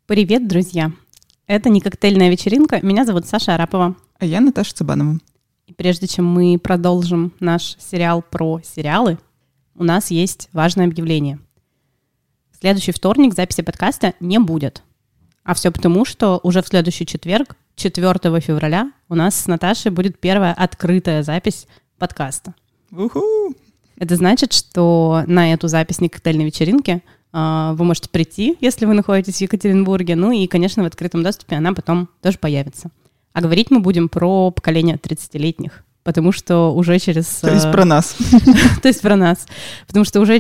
Привет, друзья! Это не коктейльная вечеринка. Меня зовут Саша Арапова. А я Наташа Цыбанова. И прежде чем мы продолжим наш сериал про сериалы, у нас есть важное объявление. В следующий вторник записи подкаста не будет. А все потому, что уже в следующий четверг, 4 февраля, у нас с Наташей будет первая открытая запись подкаста. Уху! Это значит, что на эту запись не коктейльной вечеринки вы можете прийти, если вы находитесь в Екатеринбурге. Ну и, конечно, в открытом доступе она потом тоже появится. А говорить мы будем про поколение 30-летних, потому что уже через... То есть про нас. То есть про нас. Потому что уже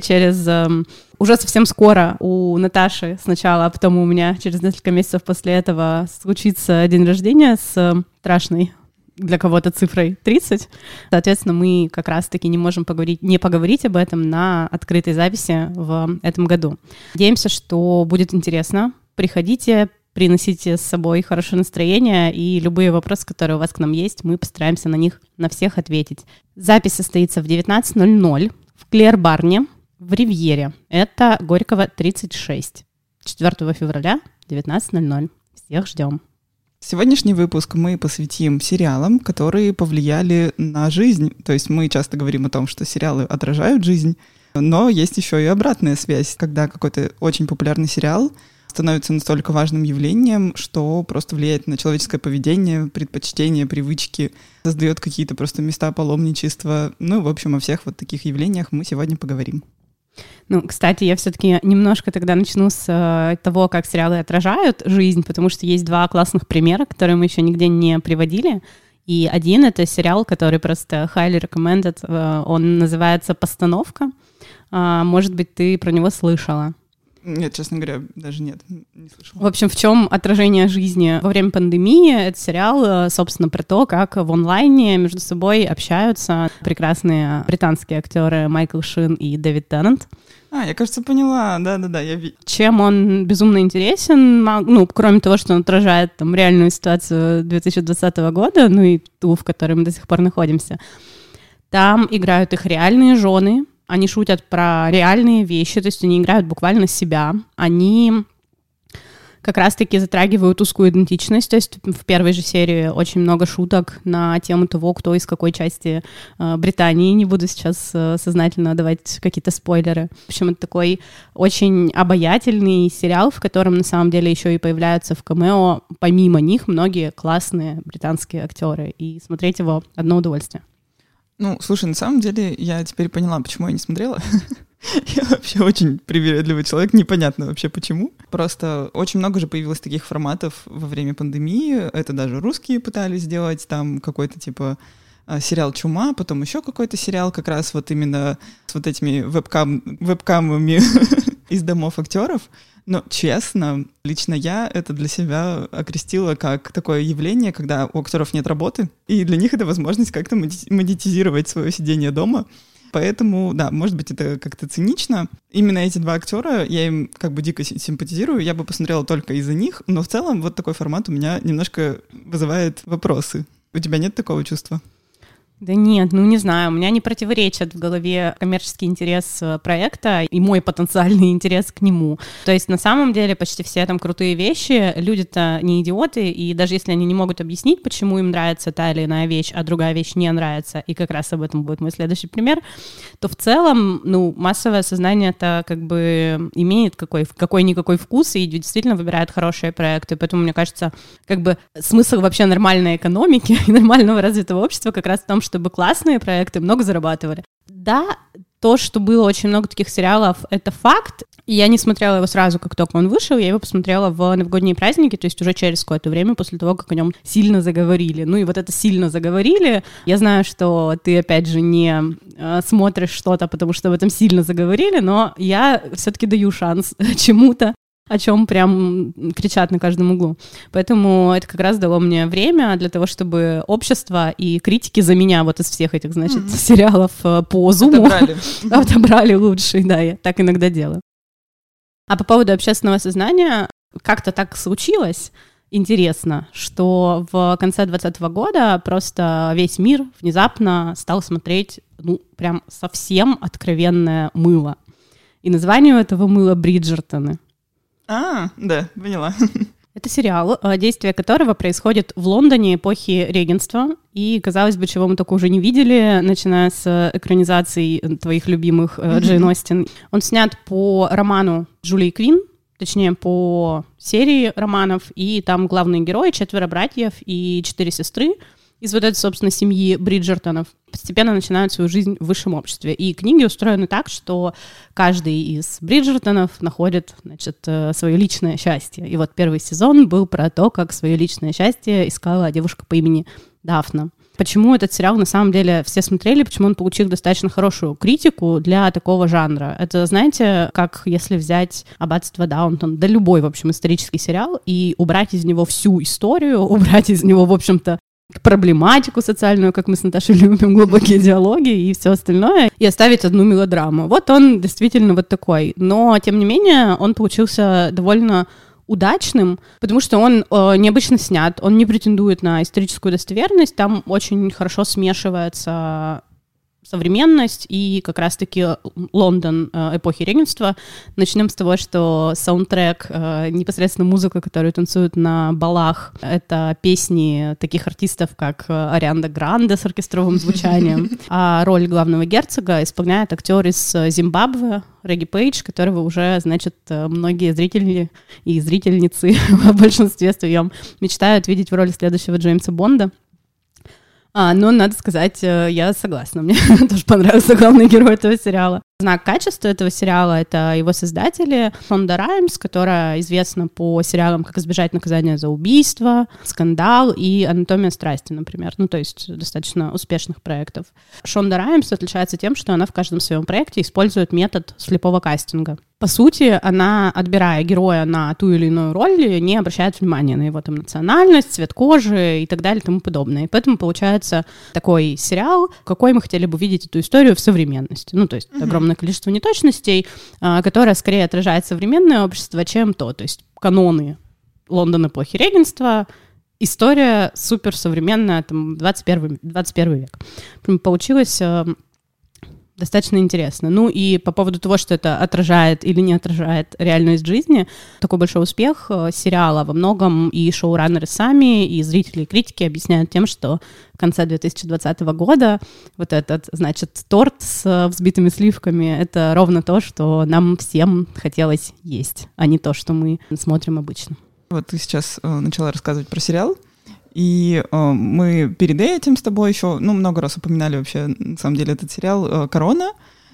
уже совсем скоро у Наташи сначала, а потом у меня через несколько месяцев после этого случится день рождения с страшной для кого-то цифрой 30. Соответственно, мы как раз-таки не можем не поговорить об этом на открытой записи в этом году. Надеемся, что будет интересно. Приходите, приносите с собой хорошее настроение, и любые вопросы, которые у вас к нам есть, мы постараемся на них на всех ответить. Запись состоится в 19:00 в Клер-Барне в Ривьере. Это Горького, 36. 4 февраля, 19:00. Всех ждем. Сегодняшний выпуск мы посвятим сериалам, которые повлияли на жизнь. То есть мы часто говорим о том, что сериалы отражают жизнь, но есть еще и обратная связь, когда какой-то очень популярный сериал становится настолько важным явлением, что просто влияет на человеческое поведение, предпочтения, привычки, создает какие-то просто места паломничества. Ну, в общем, о всех вот таких явлениях мы сегодня поговорим. Ну, кстати, я все-таки немножко тогда начну с того, как сериалы отражают жизнь, потому что есть два классных примера, которые мы еще нигде не приводили. И один — это сериал, который просто highly recommended. Он называется «Постановка». Может быть, ты про него слышала? Нет, честно говоря, даже нет, не слышала. В общем, в чем отражение жизни во время пандемии? Это сериал, собственно, про то, как в онлайне между собой общаются прекрасные британские актеры Майкл Шин и Дэвид Теннант. Я, кажется, поняла, да-да-да, я видела. Чем он безумно интересен, ну, кроме того, что он отражает там реальную ситуацию 2020 года, ну и ту, в которой мы до сих пор находимся. Там играют их реальные жены. Они шутят про реальные вещи, то есть они играют буквально себя. Они как раз-таки затрагивают узкую идентичность, то есть в первой же серии очень много шуток на тему того, кто из какой части Британии. Не буду сейчас сознательно давать какие-то спойлеры. В общем, это такой очень обаятельный сериал, в котором на самом деле еще и появляются в камео, помимо них, многие классные британские актеры. И смотреть его одно удовольствие. Ну, слушай, на самом деле я теперь поняла, почему я не смотрела. Я вообще очень привередливый человек, непонятно вообще почему. Просто очень много же появилось таких форматов во время пандемии. Это даже русские пытались сделать, там какой-то типа сериал «Чума», потом еще какой-то сериал как раз вот именно с вот этими вебкамами из домов актеров. Но, честно, лично я это для себя окрестила как такое явление, когда у актеров нет работы, и для них это возможность как-то монетизировать свое сидение дома. Поэтому, да, может быть, это как-то цинично. Именно эти два актера, я им как бы дико симпатизирую, я бы посмотрела только из-за них, но в целом вот такой формат у меня немножко вызывает вопросы. У тебя нет такого чувства? Да нет, ну не знаю, у меня не противоречат в голове коммерческий интерес проекта и мой потенциальный интерес к нему. То есть на самом деле почти все там крутые вещи, люди-то не идиоты, и даже если они не могут объяснить, почему им нравится та или иная вещь, а другая вещь не нравится, и как раз об этом будет мой следующий пример, то в целом, ну, массовое сознание-то как бы имеет какой-никакой вкус и действительно выбирает хорошие проекты, поэтому, мне кажется, как бы смысл вообще нормальной экономики и нормального развитого общества как раз в том, чтобы классные проекты много зарабатывали. Да, то, что было очень много таких сериалов, это факт. И я не смотрела его сразу, как только он вышел, я его посмотрела в новогодние праздники, то есть уже через какое-то время после того, как о нем сильно заговорили. Ну и вот это сильно заговорили. Я знаю, что ты, опять же, не смотришь что-то, потому что об этом сильно заговорили, но я все-таки даю шанс чему-то, о чем прям кричат на каждом углу. Поэтому это как раз дало мне время для того, чтобы общество и критики за меня вот из всех этих, значит, сериалов по Зуму отобрали лучший, да, я так иногда делаю. А по поводу общественного сознания, как-то так случилось, интересно, что в конце 2020 года просто весь мир внезапно стал смотреть, ну, прям совсем откровенное мыло. И название у этого мыла «Бриджертоны». Да, поняла. Это сериал, действие которого происходит в Лондоне эпохи регенства. И, казалось бы, чего мы только уже не видели, начиная с экранизаций твоих любимых Джейн Остин. Он снят по роману Джулии Квин, точнее, по серии романов. И там главные герои, 4 братьев и 4 сестры из вот этой, собственно, семьи Бриджертонов постепенно начинают свою жизнь в высшем обществе. И книги устроены так, что каждый из Бриджертонов находит, значит, свое личное счастье. И вот первый сезон был про то, как свое личное счастье искала девушка по имени Дафна. Почему этот сериал на самом деле все смотрели, почему он получил достаточно хорошую критику для такого жанра? Это, знаете, как если взять «Аббатство Даунтон», да любой, в общем, исторический сериал, и убрать из него всю историю, убрать из него, в общем-то, проблематику социальную, как мы с Наташей любим, глубокие диалоги и все остальное, и оставить одну мелодраму. Вот он действительно вот такой. Но, тем не менее, он получился довольно удачным, потому что он необычно снят, он не претендует на историческую достоверность, там очень хорошо смешивается современность и как раз-таки Лондон эпохи регенства. Начнем с того, что саундтрек, непосредственно музыка, которую танцуют на балах, это песни таких артистов, как Ариана Гранде с оркестровым звучанием. А роль главного герцога исполняет актер из Зимбабве, Регги Пейдж, которого уже, значит, многие зрители и зрительницы в большинстве своем мечтают видеть в роли следующего Джеймса Бонда. Но, надо сказать, я согласна. Мне тоже понравился главный герой этого сериала. Знак качества этого сериала — это его создатели. Шонда Раймс, которая известна по сериалам «Как избежать наказания за убийство», «Скандал» и «Анатомия страсти», например. Ну, то есть достаточно успешных проектов. Шонда Раймс отличается тем, что она в каждом своем проекте использует метод слепого кастинга. По сути, она, отбирая героя на ту или иную роль, не обращает внимания на его там национальность, цвет кожи и так далее и тому подобное. И поэтому получается такой сериал, какой мы хотели бы видеть эту историю в современности. Ну, то есть огромное количество неточностей, которое скорее отражает современное общество, чем то. То есть каноны Лондона эпохи регенства, история суперсовременная, там, 21 век. Получилось достаточно интересно. Ну и по поводу того, что это отражает или не отражает реальность жизни, такой большой успех сериала во многом и шоураннеры сами, и зрители, и критики объясняют тем, что в конце 2020 года вот этот, значит, торт с взбитыми сливками — это ровно то, что нам всем хотелось есть, а не то, что мы смотрим обычно. Вот ты сейчас начала рассказывать про сериал, и мы перед этим с тобой еще, много раз упоминали вообще, на самом деле, этот сериал «Корона»,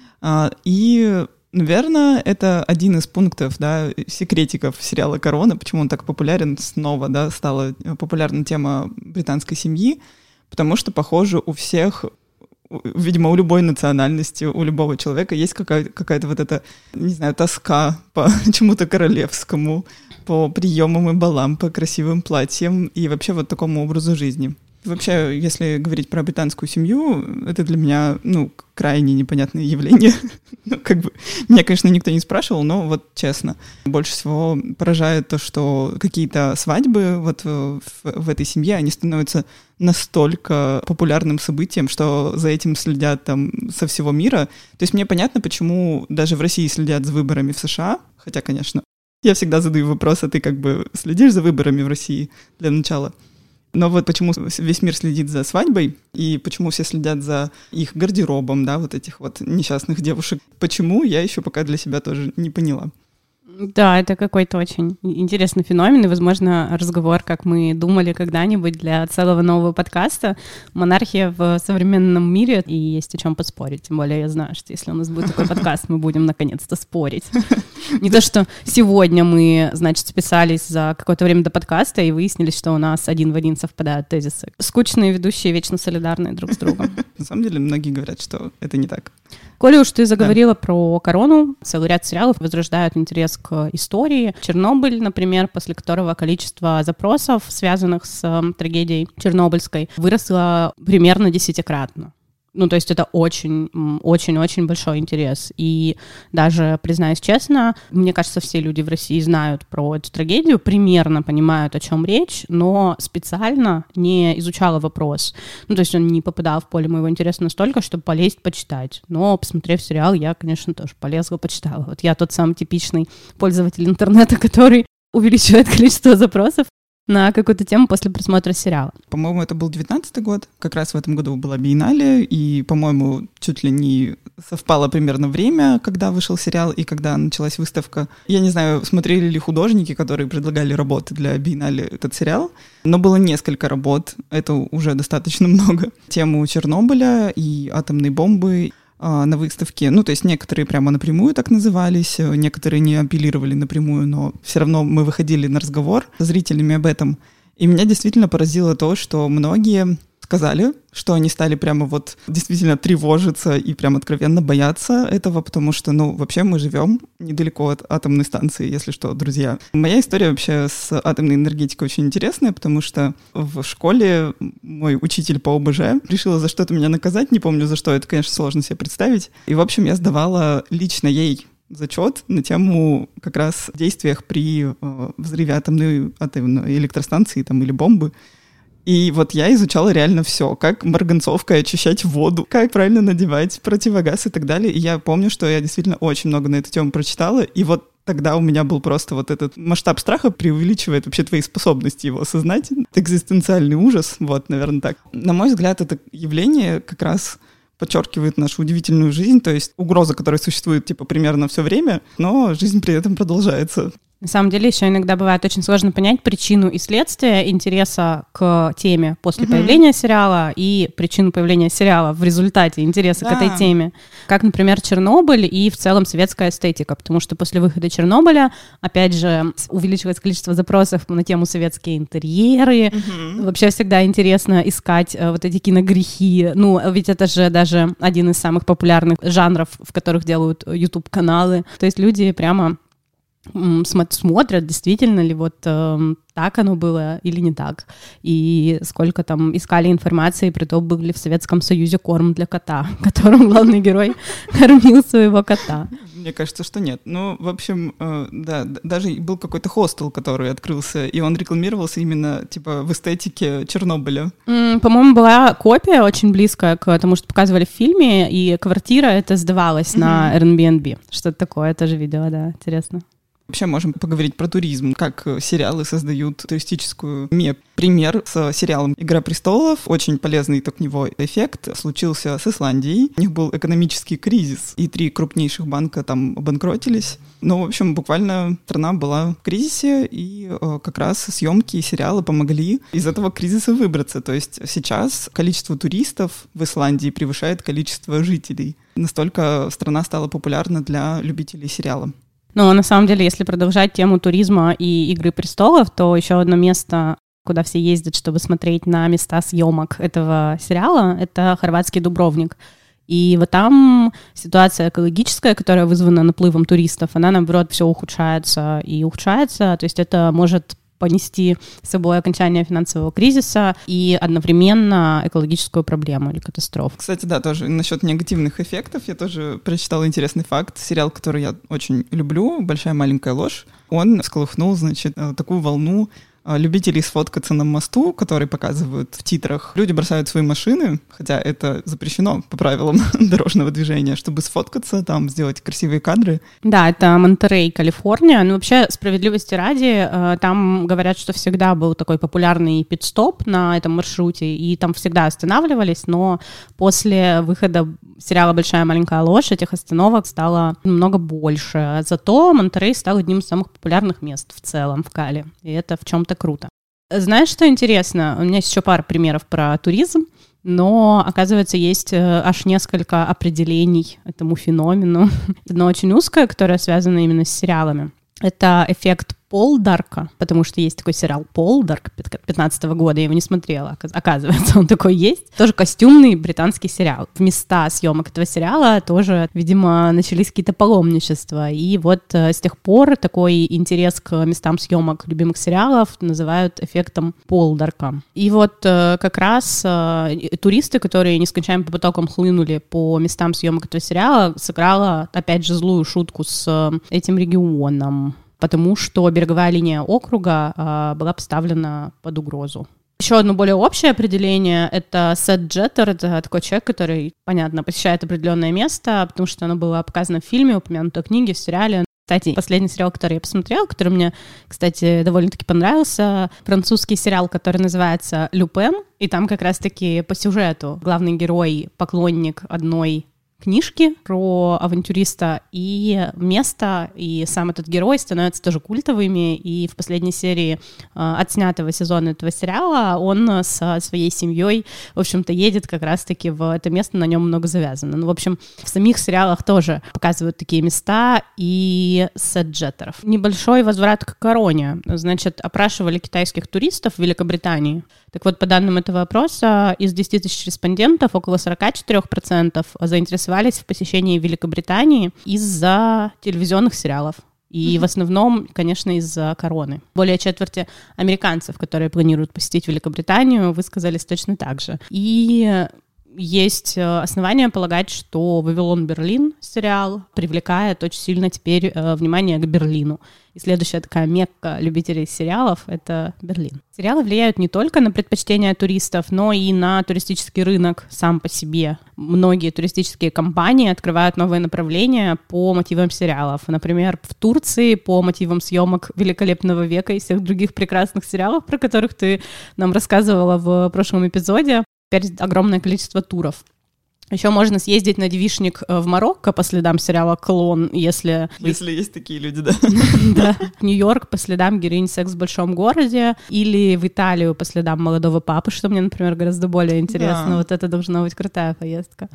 и, наверное, это один из пунктов, да, секретиков сериала «Корона», почему он так популярен снова, да, стала популярна тема британской семьи, потому что, похоже, у всех, видимо, у любой национальности, у любого человека есть какая-то вот эта, не знаю, тоска по чему-то королевскому, по приемам и балам, по красивым платьям и вообще вот такому образу жизни. Вообще, если говорить про британскую семью, это для меня, крайне непонятное явление. Меня, конечно, никто не спрашивал, но вот честно. Больше всего поражает то, что какие-то свадьбы вот в этой семье, они становятся настолько популярным событием, что за этим следят там со всего мира. То есть мне понятно, почему даже в России следят за выборами в США, хотя, конечно, я всегда задаю вопрос, а ты следишь за выборами в России для начала? Но вот почему весь мир следит за свадьбой, и почему все следят за их гардеробом, да, вот этих вот несчастных девушек, почему, я еще пока для себя тоже не поняла. Да, это какой-то очень интересный феномен, и, возможно, разговор, как мы думали когда-нибудь, для целого нового подкаста. Монархия в современном мире, и есть о чем поспорить. Тем более я знаю, что если у нас будет такой подкаст, мы будем наконец-то спорить. Не то, что сегодня мы, значит, списались за какое-то время до подкаста и выяснились, что у нас один в один совпадают тезисы. Скучные ведущие, вечно солидарные друг с другом. На самом деле, многие говорят, что это не так. Коли уж ты заговорила про «Корону», целый ряд сериалов возрождают интерес к истории. «Чернобыль», например, после которого количество запросов, связанных с трагедией чернобыльской, выросло примерно 10-кратно. Ну, то есть это очень-очень большой интерес. И даже, признаюсь честно, мне кажется, все люди в России знают про эту трагедию, примерно понимают, о чем речь, но специально не изучала вопрос. Ну, то есть он не попадал в поле моего интереса настолько, чтобы полезть почитать. Но, посмотрев сериал, я, конечно, тоже полезла, почитала. Вот я тот самый типичный пользователь интернета, который увеличивает количество запросов на какую-то тему после просмотра сериала. По-моему, это был 19-й год. Как раз в этом году была биеннале, и, по-моему, чуть ли не совпало примерно время, когда вышел сериал и когда началась выставка. Я не знаю, смотрели ли художники, которые предлагали работы для биеннале этот сериал, но было несколько работ, это уже достаточно много. Тему Чернобыля и атомной бомбы на выставке. Ну, то есть некоторые прямо напрямую так назывались, некоторые не апеллировали напрямую, но все равно мы выходили на разговор с зрителями об этом. И меня действительно поразило то, что многие сказали, что они стали прямо вот действительно тревожиться и прям откровенно бояться этого, потому что, ну, вообще мы живем недалеко от атомной станции, если что, друзья. Моя история вообще с атомной энергетикой очень интересная, потому что в школе мой учитель по ОБЖ решила за что-то меня наказать, не помню за что, это, конечно, сложно себе представить. И, в общем, я сдавала лично ей зачет на тему как раз действиях при взрыве атомной электростанции там, или бомбы. И вот я изучала реально все, как марганцовкой очищать воду, как правильно надевать противогаз и так далее. И я помню, что я действительно очень много на эту тему прочитала, и вот тогда у меня был просто вот этот масштаб страха преувеличивает вообще твои способности его осознать. Экзистенциальный ужас, вот, наверное, так. На мой взгляд, это явление как раз подчеркивает нашу удивительную жизнь, то есть угроза, которая существует, типа, примерно все время, но жизнь при этом продолжается. На самом деле еще иногда бывает очень сложно понять причину и следствие интереса к теме после появления сериала и причину появления сериала в результате интереса к этой теме. Как, например, Чернобыль и в целом советская эстетика, потому что после выхода Чернобыля, опять же, увеличивается количество запросов на тему советские интерьеры. Вообще всегда интересно искать вот эти киногрехи. Ну, ведь это же даже один из самых популярных жанров, в которых делают YouTube-каналы. То есть люди прямо смотрят, действительно ли вот так оно было или не так. И сколько там искали информации, при том был ли в Советском Союзе корм для кота, которым главный герой кормил своего кота. Мне кажется, что нет. Ну, в общем, да, даже был какой-то хостел, который открылся, и он рекламировался именно, типа, в эстетике Чернобыля. По-моему, была копия очень близкая к тому, что показывали в фильме, и квартира эта сдавалась на Airbnb. Что-то такое я тоже видела, да, интересно. Вообще можем поговорить про туризм, как сериалы создают туристическую мекку. Пример с сериалом «Игра престолов», очень полезный от него эффект, случился с Исландией. У них был экономический кризис, и 3 крупнейших банка там обанкротились. Ну, в общем, буквально страна была в кризисе, и как раз съемки и сериалы помогли из этого кризиса выбраться. То есть сейчас количество туристов в Исландии превышает количество жителей. Настолько страна стала популярна для любителей сериала. Но на самом деле, если продолжать тему туризма и «Игры престолов», то еще одно место, куда все ездят, чтобы смотреть на места съемок этого сериала, это хорватский Дубровник. И вот там ситуация экологическая, которая вызвана наплывом туристов, она, наоборот, все ухудшается и ухудшается. То есть это может понести с собой окончание финансового кризиса и одновременно экологическую проблему или катастрофу. Кстати, да, тоже насчет негативных эффектов я тоже прочитала интересный факт. Сериал, который я очень люблю, «Большая маленькая ложь», он всколыхнул, значит, такую волну любителей сфоткаться на мосту, который показывают в титрах. Люди бросают свои машины, хотя это запрещено по правилам дорожного движения, чтобы сфоткаться, там сделать красивые кадры. Да, это Монтерей, Калифорния. Ну, вообще, справедливости ради, там говорят, что всегда был такой популярный пит-стоп на этом маршруте, и там всегда останавливались, но после выхода сериала «Большая маленькая ложь» этих остановок стало намного больше. Зато Монтерей стал одним из самых популярных мест в целом в Кали, и это в чем-то круто. Знаешь, что интересно? У меня есть еще пара примеров про туризм, но, оказывается, есть аж несколько определений этому феномену. Одно очень узкое, которое связано именно с сериалами. Это эффект Полдарка, потому что есть такой сериал Полдарк 2015 года, я его не смотрела, оказывается, он такой есть. Тоже костюмный британский сериал. В места съемок этого сериала тоже, видимо, начались какие-то паломничества, и вот с тех пор такой интерес к местам съемок любимых сериалов называют эффектом Полдарка. И вот как раз туристы, которые нескончаемым потоком хлынули по местам съемок этого сериала, сыграла, опять же, злую шутку с этим регионом, потому что береговая линия округа была поставлена под угрозу. Еще одно более общее определение — это сет-джеттер. Это такой человек, который, понятно, посещает определенное место, потому что оно было показано в фильме, упомянуто в книге, в сериале. Кстати, последний сериал, который я посмотрела, который мне, кстати, довольно-таки понравился, французский сериал, который называется «Люпен», и там как раз-таки по сюжету главный герой — поклонник одной книжки про авантюриста, и место, и сам этот герой становятся тоже культовыми, и в последней серии отснятого сезона этого сериала он со своей семьей, в общем-то, едет как раз-таки в это место, на нем много завязано. Ну, в общем, в самих сериалах тоже показывают такие места и сет-джеттеров. Небольшой возврат к короне. Значит, опрашивали китайских туристов в Великобритании. Так вот, по данным этого опроса, из 10 тысяч респондентов около 44% заинтересовались в посещении Великобритании из-за телевизионных сериалов. И в основном, конечно, из-за короны. Более четверти американцев, которые планируют посетить Великобританию, высказались точно так же. И есть основания полагать, что «Вавилон Берлин» сериал привлекает очень сильно теперь внимание к Берлину. И следующая такая мекка любителей сериалов — это Берлин. Сериалы влияют не только на предпочтения туристов, но и на туристический рынок сам по себе. Многие туристические компании открывают новые направления по мотивам сериалов. Например, в Турции по мотивам съемок «Великолепного века» и всех других прекрасных сериалов, про которых ты нам рассказывала в прошлом эпизоде. Теперь огромное количество туров. Еще можно съездить на девичник в Марокко по следам сериала «Клон», если есть такие люди, да. Да. В Нью-Йорк по следам героинь «Секс в большом городе», или в Италию по следам «Молодого папы», что мне, например, гораздо более интересно. Да. Вот это должна быть крутая поездка.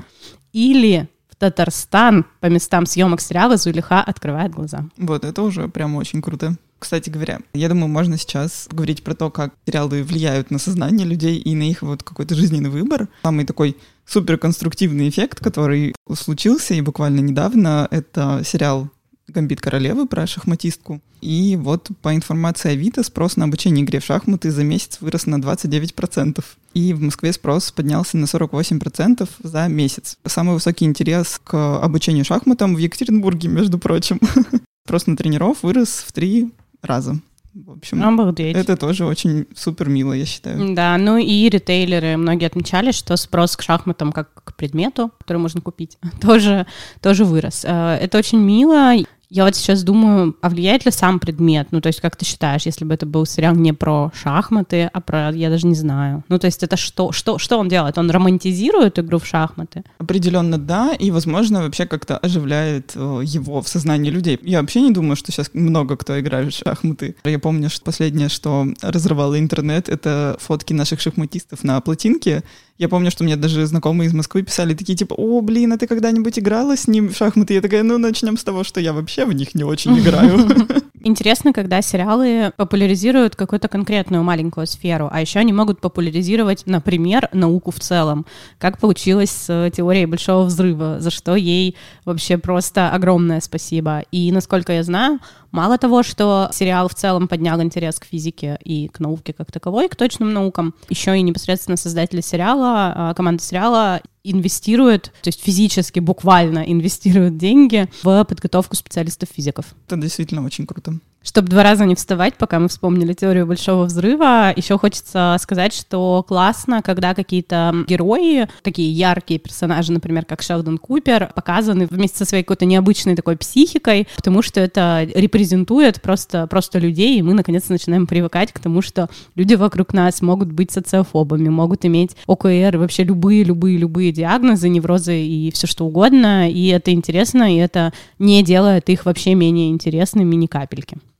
Или в Татарстан по местам съемок сериала «Зулейха открывает глаза». Вот, это уже прям очень круто. Кстати говоря, я думаю, можно сейчас говорить про то, как сериалы влияют на сознание людей и на их вот какой-то жизненный выбор. Самый такой суперконструктивный эффект, который случился и буквально недавно, это сериал «Гамбит королевы» про шахматистку. И вот по информации Авито, спрос на обучение игре в шахматы за месяц вырос на 29%. И в Москве спрос поднялся на 48% за месяц. Самый высокий интерес к обучению шахматам в Екатеринбурге, между прочим. Спрос на тренеров вырос в 3 раза. В общем, обалдеть. Это тоже очень супер мило, я считаю. Да, ну и ритейлеры многие отмечали, что спрос к шахматам как к предмету, который можно купить, тоже вырос. Это очень мило. Я вот сейчас думаю, а влияет ли сам предмет? Ну, то есть, как ты считаешь, если бы это был сериал не про шахматы, а про, я даже не знаю. Ну, то есть, это что он делает? Он романтизирует игру в шахматы? Определенно, да, и, возможно, вообще как-то оживляет его в сознании людей. Я вообще не думаю, что сейчас много кто играет в шахматы. Я помню, что последнее, что разрывало интернет, это фотки наших шахматистов на плотинке. Я помню, что мне даже знакомые из Москвы писали такие, типа, «О, блин, а ты когда-нибудь играла с ним в шахматы?» Я такая, ну, начнем с того, что я вообще в них не очень играю. Интересно, когда сериалы популяризируют какую-то конкретную маленькую сферу, а еще они могут популяризировать, например, науку в целом. Как получилось с теорией Большого взрыва, за что ей вообще просто огромное спасибо. И, насколько я знаю, мало того, что сериал в целом поднял интерес к физике и к науке как таковой, к точным наукам, еще и непосредственно создатели сериала, команда сериала инвестирует, то есть физически, буквально инвестирует деньги в подготовку специалистов-физиков. Это действительно очень круто. Чтобы 2 раза не вставать, пока мы вспомнили теорию Большого взрыва, еще хочется сказать, что классно, когда какие-то герои, такие яркие персонажи, например, как Шелдон Купер, показаны вместе со своей какой-то необычной такой психикой, потому что это репрезентует просто людей, и мы наконец-то начинаем привыкать к тому, что люди вокруг нас могут быть социофобами, могут иметь ОКР, вообще любые диагнозы, неврозы и все что угодно, и это интересно, и это не делает их вообще менее интересными ни капельки.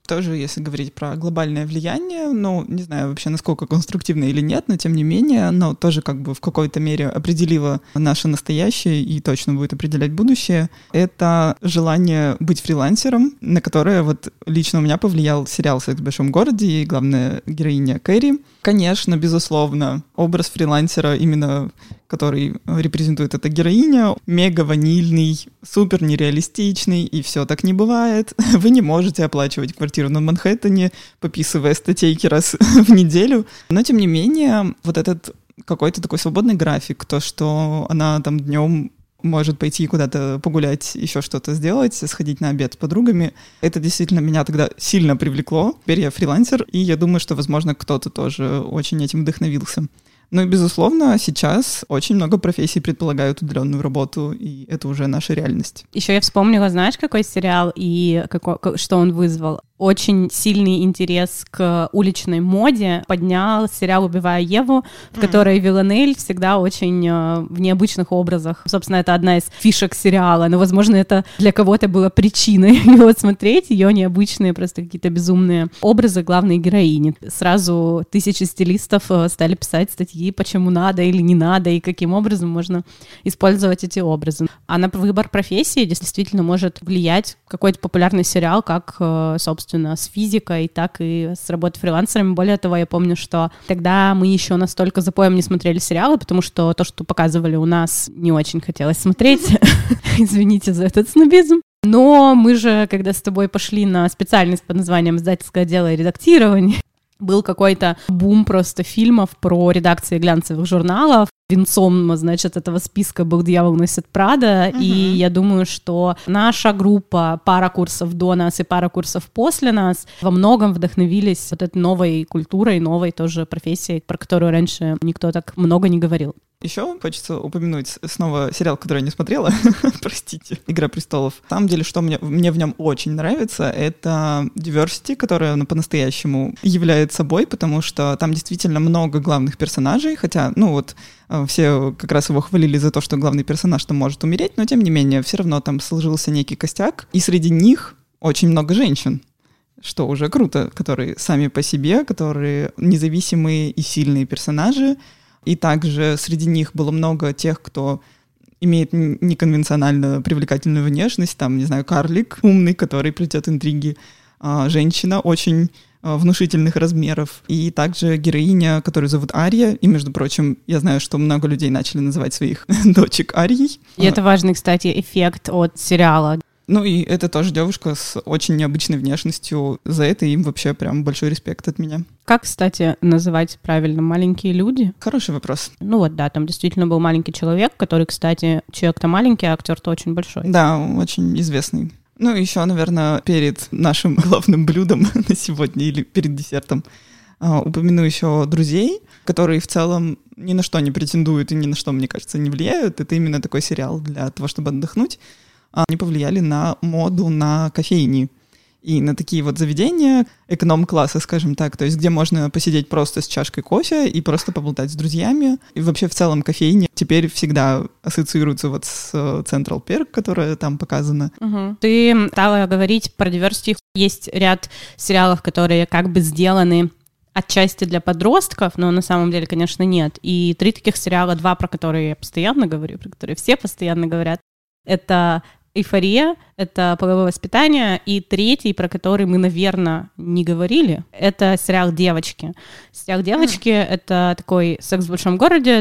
тоже, если говорить про глобальное влияние, ну, не знаю вообще, насколько конструктивно или нет, но тем не менее, оно тоже как бы в какой-то мере определило наше настоящее и точно будет определять будущее. Это желание быть фрилансером, на которое вот лично у меня повлиял сериал «Секс в большом городе» и главная героиня Кэрри. Конечно, безусловно, образ фрилансера, именно который репрезентует эта героиня, мега ванильный, супер нереалистичный, и все так не бывает. Вы не можете оплачивать квартиру на Манхэттене, пописывая статейки раз в неделю. Но, тем не менее, вот этот какой-то такой свободный график, то, что она там днем может пойти куда-то погулять, еще что-то сделать, сходить на обед с подругами. Это действительно меня тогда сильно привлекло. Теперь я фрилансер, и я думаю, что, возможно, кто-то тоже очень этим вдохновился. Ну и, безусловно, сейчас очень много профессий предполагают удаленную работу, и это уже наша реальность. Еще я вспомнила, знаешь, какой сериал и что он вызвал? Очень сильный интерес к уличной моде поднял сериал «Убивая Еву», в которой Виланель всегда очень в необычных образах. Собственно, это одна из фишек сериала, но, возможно, это для кого-то было причиной его смотреть, ее необычные, просто какие-то безумные образы главной героини. Сразу тысячи стилистов стали писать статьи, почему надо или не надо, и каким образом можно использовать эти образы. А на выбор профессии действительно может влиять какой-то популярный сериал, как, собственно, с физикой, так и с работой фрилансерами. Более того, я помню, что тогда мы еще настолько запоем не смотрели сериалы, потому что то, что показывали у нас, не очень хотелось смотреть. Извините за этот снобизм. Но мы же, когда с тобой пошли на специальность под названием «Издательское дело и редактирование», был какой-то бум просто фильмов про редакции глянцевых журналов. Венцом, значит, этого списка был «Дьявол носит Прада», и я думаю, что наша группа, пара курсов до нас и пара курсов после нас, во многом вдохновились вот этой новой культурой, новой тоже профессией, про которую раньше никто так много не говорил. Еще хочется упомянуть снова сериал, который я не смотрела, простите, «Игра престолов». На самом деле, что мне в нем очень нравится, это diversity, которая по-настоящему является собой, потому что там действительно много главных персонажей, хотя, ну вот, все как раз его хвалили за то, что главный персонаж там может умереть, но тем не менее, все равно там сложился некий костяк, и среди них очень много женщин, что уже круто, которые сами по себе, которые независимые и сильные персонажи. И также среди них было много тех, кто имеет неконвенционально привлекательную внешность, там, не знаю, карлик умный, который плетет интриги, женщина очень внушительных размеров, и также героиня, которую зовут Ария, и, между прочим, я знаю, что много людей начали называть своих дочек Арией. И это важный, кстати, эффект от сериала. Ну и это тоже девушка с очень необычной внешностью. За это им вообще прям большой респект от меня. Как, кстати, называть правильно маленькие люди? Хороший вопрос. Ну вот, да, там действительно был маленький человек, который, кстати, человек-то маленький, а актер-то очень большой. Да, очень известный. Ну и еще, наверное, перед нашим главным блюдом на сегодня или перед десертом упомяну еще «Друзей», которые в целом ни на что не претендуют и ни на что, мне кажется, не влияют. Это именно такой сериал для того, чтобы отдохнуть. Они повлияли на моду на кофейни и на такие вот заведения эконом-класса, скажем так, то есть где можно посидеть просто с чашкой кофе и просто поболтать с друзьями. И вообще в целом кофейни теперь всегда ассоциируются вот с Central Perk, которая там показана. Ты стала говорить про diversity. Есть ряд сериалов, которые как бы сделаны отчасти для подростков, но на самом деле, конечно, нет. И 3 таких сериала, 2, про которые я постоянно говорю, про которые все постоянно говорят, это «Эйфория», это «Половое воспитание», и 3, про который мы, наверное, не говорили, это сериал «Девочки». Сериал «Девочки» — это такой «Секс в большом городе»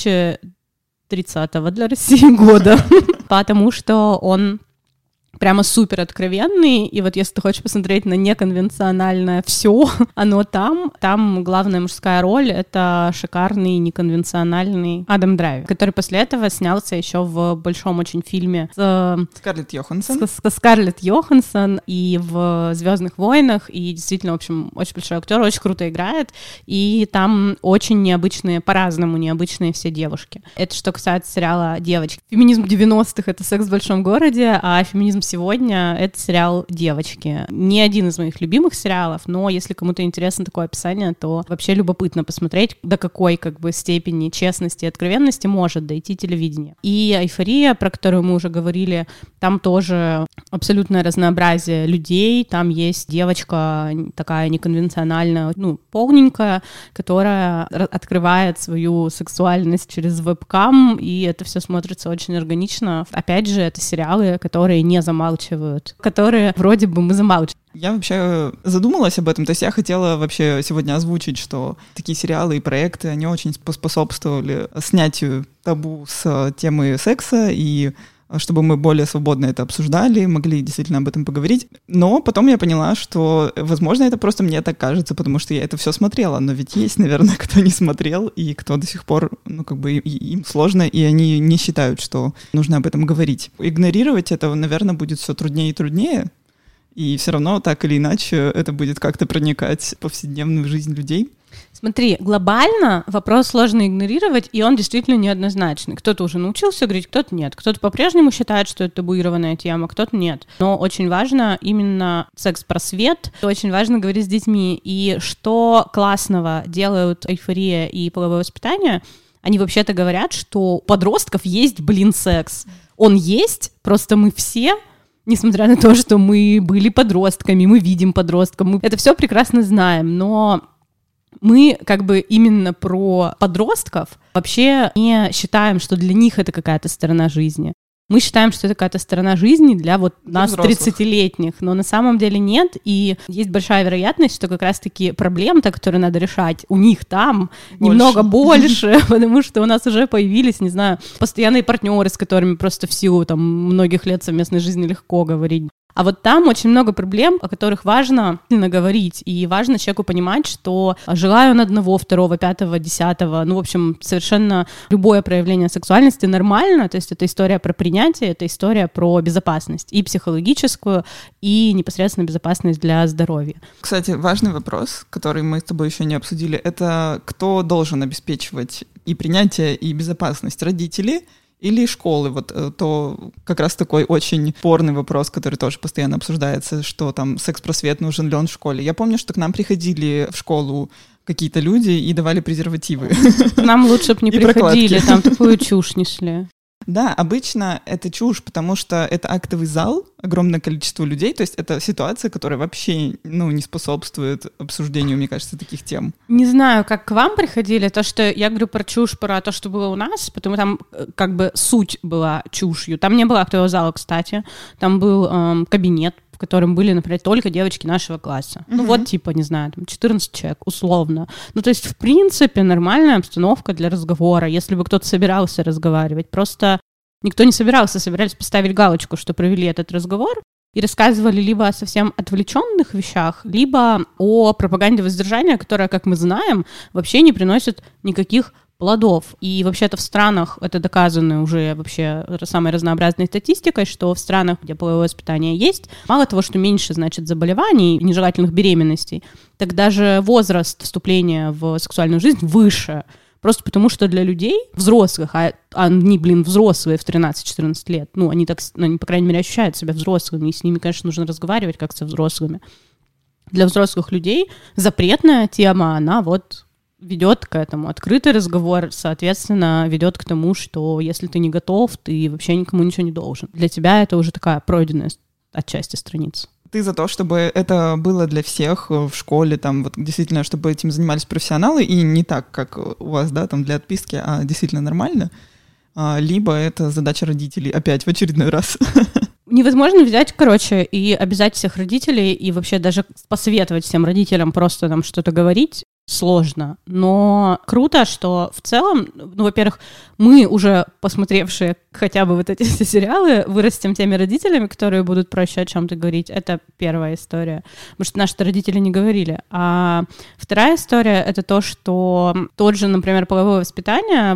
2030-го для России года, потому что он прямо супер откровенный, и вот если ты хочешь посмотреть на неконвенциональное все, оно там. Там главная мужская роль — это шикарный неконвенциональный Адам Драйвер, который после этого снялся еще в большом очень фильме с Скарлетт Йоханссон. С Скарлетт Йоханссон и в «Звездных войнах», и действительно, в общем, очень большой актер, очень круто играет, и там очень необычные, по-разному необычные все девушки. Это что касается сериала «Девочки». Феминизм 90-х — это «Секс в большом городе», а феминизм сегодня — это сериал «Девочки». Не один из моих любимых сериалов, но если кому-то интересно такое описание, то вообще любопытно посмотреть, до какой как бы степени честности и откровенности может дойти телевидение. И «Эйфория», про которую мы уже говорили, там тоже абсолютное разнообразие людей. Там есть девочка такая неконвенциональная, полненькая, которая открывает свою сексуальность через вебкам, и это все смотрится очень органично. Опять же, это сериалы, которые не замалчивают, которые вроде бы мы замалчиваем. Я вообще задумалась об этом, то есть я хотела вообще сегодня озвучить, что такие сериалы и проекты, они очень поспособствовали снятию табу с темы секса, и чтобы мы более свободно это обсуждали, могли действительно об этом поговорить. Но потом я поняла, что, возможно, это просто мне так кажется, потому что я это все смотрела, но ведь есть, наверное, кто не смотрел, и кто до сих пор, им сложно, и они не считают, что нужно об этом говорить. Игнорировать это, наверное, будет все труднее и труднее, и все равно, так или иначе, это будет как-то проникать в повседневную жизнь людей. Смотри, глобально вопрос сложно игнорировать, и он действительно неоднозначный. Кто-то уже научился говорить, кто-то нет. Кто-то по-прежнему считает, что это табуированная тема, кто-то нет. Но очень важно именно секс-просвет, очень важно говорить с детьми. И что классного делают эйфория и половое воспитание, они вообще-то говорят, что у подростков есть, секс. Он есть, просто мы все... Несмотря на то, что мы были подростками, мы видим подростков, мы это все прекрасно знаем, но мы именно про подростков вообще не считаем, что для них это какая-то сторона жизни. Мы считаем, что это какая-то сторона жизни для нас, 30-летних, но на самом деле нет, и есть большая вероятность, что как раз-таки проблем-то, которые надо решать, у них там немного больше, потому что у нас уже появились, не знаю, постоянные партнеры, с которыми просто в силу многих лет совместной жизни легко говорить. А вот там очень много проблем, о которых важно говорить, и важно человеку понимать, что желаю он одного, второго, пятого, десятого, в общем, совершенно любое проявление сексуальности нормально, то есть это история про принятие, это история про безопасность, и психологическую, и непосредственно безопасность для здоровья. Кстати, важный вопрос, который мы с тобой еще не обсудили, это кто должен обеспечивать и принятие, и безопасность, родители или школы? Вот то как раз такой очень спорный вопрос, который тоже постоянно обсуждается, что там секс-просвет, нужен ли он в школе. Я помню, что к нам приходили в школу какие-то люди и давали презервативы. Нам лучше бы не приходили, там такую чушь несли. Да, обычно это чушь, потому что это актовый зал, огромное количество людей, то есть это ситуация, которая вообще, не способствует обсуждению, мне кажется, таких тем. Не знаю, как к вам приходили, то, что я говорю про чушь, про то, что было у нас, потому что там суть была чушью. Там не было актового зала, кстати, там был кабинет, в котором были, например, только девочки нашего класса. Не знаю, 14 человек, условно. То есть, в принципе, нормальная обстановка для разговора, если бы кто-то собирался разговаривать. Просто никто не собирался, собирались поставить галочку, что провели этот разговор, и рассказывали либо о совсем отвлеченных вещах, либо о пропаганде воздержания, которая, как мы знаем, вообще не приносит никаких плодов. И вообще-то в странах, это доказано уже вообще самой разнообразной статистикой, что в странах, где половое воспитание есть, мало того, что меньше, заболеваний, нежелательных беременностей, так даже возраст вступления в сексуальную жизнь выше. Просто потому, что для людей, взрослых, они, взрослые в 13-14 лет, они, по крайней мере, ощущают себя взрослыми, и с ними, конечно, нужно разговаривать как со взрослыми. Для взрослых людей запретная тема, она ведет к этому. Открытый разговор, соответственно, ведет к тому, что если ты не готов, ты вообще никому ничего не должен. Для тебя это уже такая пройденная отчасти страница. Ты за то, чтобы это было для всех в школе, действительно, чтобы этим занимались профессионалы, и не так, как у вас, для отписки, а действительно нормально, либо это задача родителей опять в очередной раз. Невозможно взять, и обязать всех родителей, и вообще даже посоветовать всем родителям просто что-то говорить. Сложно, но круто, что в целом, во-первых, мы уже, посмотревшие хотя бы эти все сериалы, вырастем теми родителями, которые будут проще о чем-то говорить. Это первая история, потому что наши родители не говорили. А вторая история — это то, что тот же, например, половое воспитание,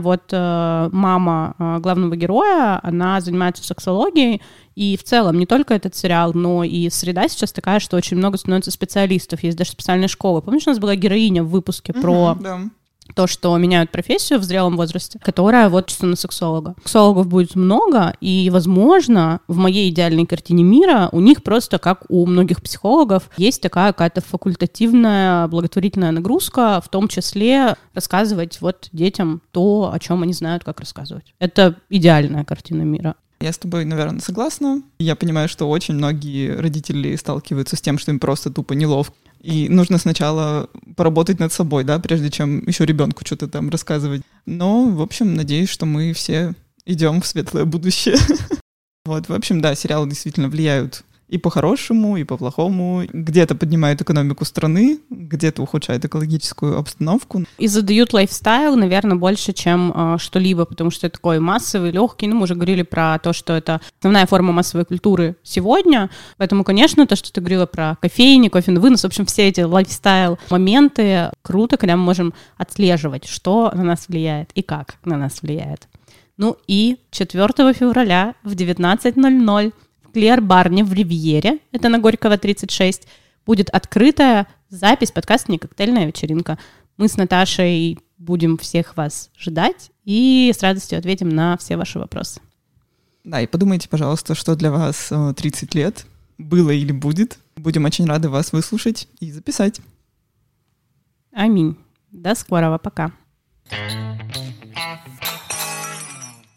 мама главного героя, она занимается сексологией, и в целом не только этот сериал, но и среда сейчас такая, что очень много становится специалистов, есть даже специальные школы. Помнишь, у нас была героиня в выпуске про то, что меняют профессию в зрелом возрасте, которая учится на сексолога. Сексологов будет много, и, возможно, в моей идеальной картине мира у них просто, как у многих психологов, есть такая какая-то факультативная благотворительная нагрузка, в том числе рассказывать детям то, о чем они знают, как рассказывать. Это идеальная картина мира. Я с тобой, наверное, согласна. Я понимаю, что очень многие родители сталкиваются с тем, что им просто тупо неловко. И нужно сначала поработать над собой, да, прежде чем еще ребенку что-то там рассказывать. Но, в общем, надеюсь, что мы все идем в светлое будущее. Вот, в общем, да, сериалы действительно влияют и по-хорошему, и по-плохому. Где-то поднимают экономику страны, где-то ухудшают экологическую обстановку. И задают лайфстайл, наверное, больше, чем что-либо, потому что это такой массовый, легкий. Ну, мы уже говорили про то, что это основная форма массовой культуры сегодня. Поэтому, конечно, то, что ты говорила про кофейни, кофе на вынос, в общем, все эти лайфстайл-моменты круто, когда мы можем отслеживать, что на нас влияет и как на нас влияет. Ну и 4 февраля в 19:00 Клер-Барне в Ривьере, это на Горького 36, будет открытая запись подкаста «Не коктейльная вечеринка». Мы с Наташей будем всех вас ждать и с радостью ответим на все ваши вопросы. Да, и подумайте, пожалуйста, что для вас 30 лет было или будет. Будем очень рады вас выслушать и записать. Аминь. До скорого. Пока.